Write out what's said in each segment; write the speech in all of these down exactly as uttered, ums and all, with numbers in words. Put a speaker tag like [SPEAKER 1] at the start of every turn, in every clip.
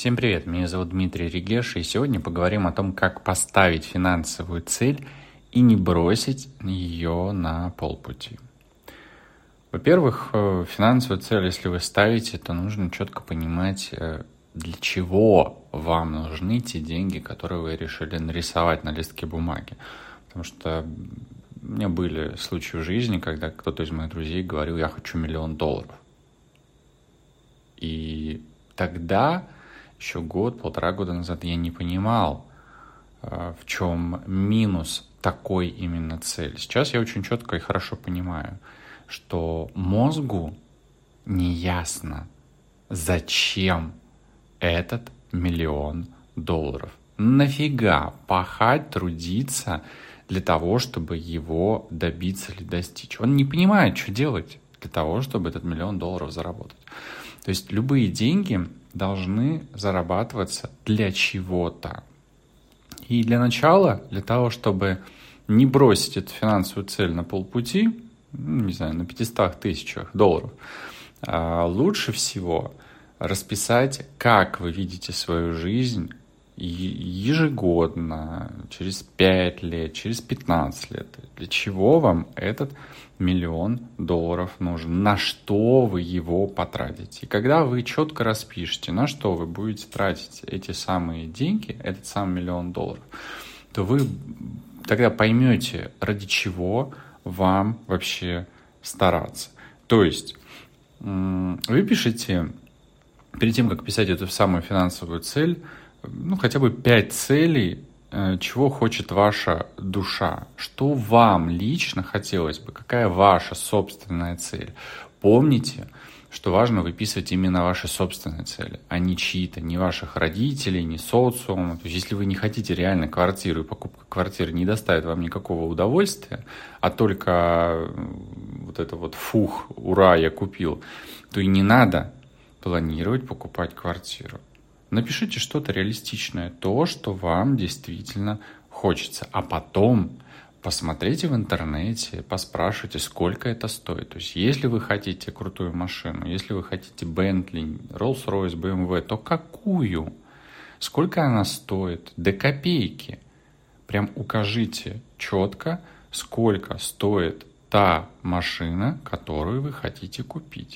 [SPEAKER 1] Всем привет, меня зовут Дмитрий Регеш, и сегодня поговорим о том, как поставить финансовую цель и не бросить ее на полпути. Во-первых, финансовую цель, если вы ставите, то нужно четко понимать, для чего вам нужны те деньги, которые вы решили нарисовать на листке бумаги. Потому что у меня были случаи в жизни, когда кто-то из моих друзей говорил: я хочу миллион долларов. И тогда, еще год, полтора года назад, я не понимал, в чем минус такой именно цели. Сейчас я очень четко и хорошо понимаю, что мозгу не ясно, зачем этот миллион долларов. Нафига пахать, трудиться для того, чтобы его добиться или достичь? Он не понимает, что делать для того, чтобы этот миллион долларов заработать. То есть любые деньги должны зарабатываться для чего-то. И для начала, для того, чтобы не бросить эту финансовую цель на полпути, не знаю, на пятистах тысячах долларов, лучше всего расписать, как вы видите свою жизнь ежегодно, через пять лет, через пятнадцать лет. Для чего вам этот миллион долларов нужен? На что вы его потратите? И когда вы четко распишете, на что вы будете тратить эти самые деньги, этот самый миллион долларов, то вы тогда поймете, ради чего вам вообще стараться. То есть вы пишете, перед тем, как писать эту самую финансовую цель, ну, хотя бы пять целей, чего хочет ваша душа, что вам лично хотелось бы, какая ваша собственная цель. Помните, что важно выписывать именно ваши собственные цели, а не чьи-то, не ваших родителей, не социума. То есть, если вы не хотите реально квартиру, и покупка квартиры не доставит вам никакого удовольствия, а только вот это вот фух, ура, я купил, то и не надо планировать покупать квартиру. Напишите что-то реалистичное, то, что вам действительно хочется, а потом посмотрите в интернете, поспрашивайте, сколько это стоит. То есть, если вы хотите крутую машину, если вы хотите Bentley, Rolls-Royce, бэ эм вэ, то какую? Сколько она стоит? До копейки. Прям укажите четко, сколько стоит та машина, которую вы хотите купить.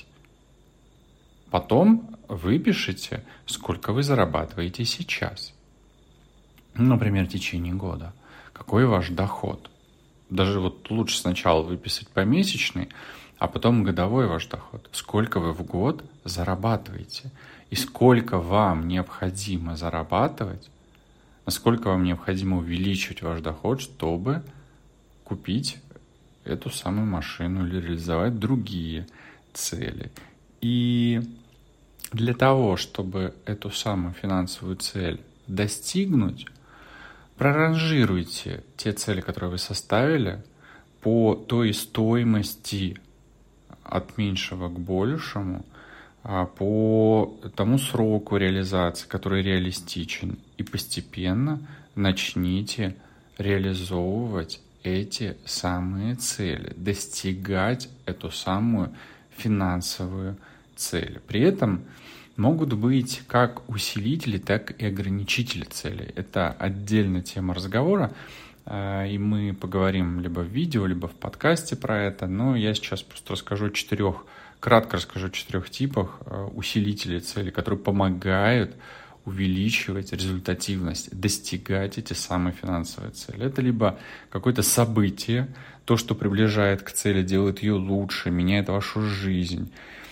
[SPEAKER 1] Потом выпишите, сколько вы зарабатываете сейчас. Например, в течение года. Какой ваш доход? Даже вот лучше сначала выписать помесячный, а потом годовой ваш доход. Сколько вы в год зарабатываете? И сколько вам необходимо зарабатывать, насколько вам необходимо увеличивать ваш доход, чтобы купить эту самую машину или реализовать другие цели. И для того, чтобы эту самую финансовую цель достигнуть, проранжируйте те цели, которые вы составили, по той стоимости от меньшего к большему, по тому сроку реализации, который реалистичен, и постепенно начните реализовывать эти самые цели, достигать эту самую финансовую цель. При этом могут быть как усилители, так и ограничители цели. Это отдельная тема разговора, и мы поговорим либо в видео, либо в подкасте про это, но я сейчас просто расскажу о четырех, кратко расскажу о четырех типах усилителей цели, которые помогают увеличивать результативность, достигать эти самые финансовые цели. Это либо какое-то событие, то, что приближает к цели, делает ее лучше, меняет вашу жизнь.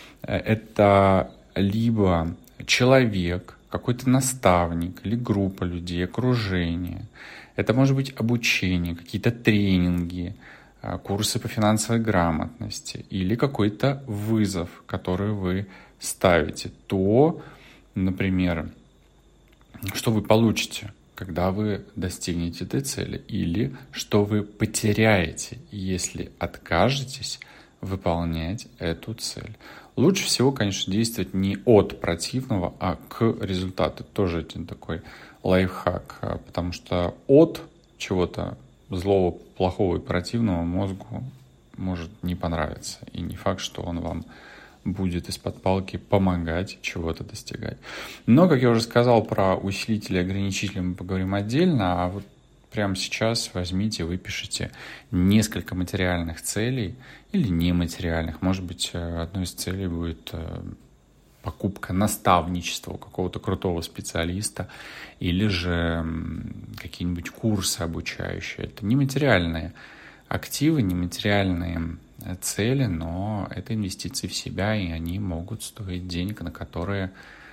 [SPEAKER 1] Это либо человек, какой-то наставник, или группа людей, окружение. Это может быть обучение, какие-то тренинги, курсы по финансовой грамотности или какой-то вызов, который вы ставите. То, например, что вы получите, когда вы достигнете этой цели, или что вы потеряете, если откажетесь выполнять эту цель. Лучше всего, конечно, действовать не от противного, а к результату. Тоже один такой лайфхак, потому что от чего-то злого, плохого и противного мозгу может не понравиться. И не факт, что он вам будет из-под палки помогать чего-то достигать. Но, как я уже сказал, про усилители и ограничители мы поговорим отдельно, а вот прямо сейчас возьмите, выпишите несколько материальных целей или нематериальных. Может быть, одной из целей будет покупка наставничества у какого-то крутого специалиста или же какие-нибудь курсы обучающие. Это нематериальные активы, нематериальные цели, но это инвестиции в себя, и они могут стоить денег, на которые,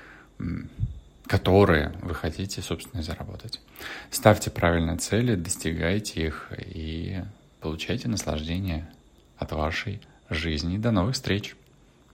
[SPEAKER 1] которые вы хотите, собственно, заработать. Ставьте правильные цели, достигайте их и получайте наслаждение от вашей жизни. До новых встреч!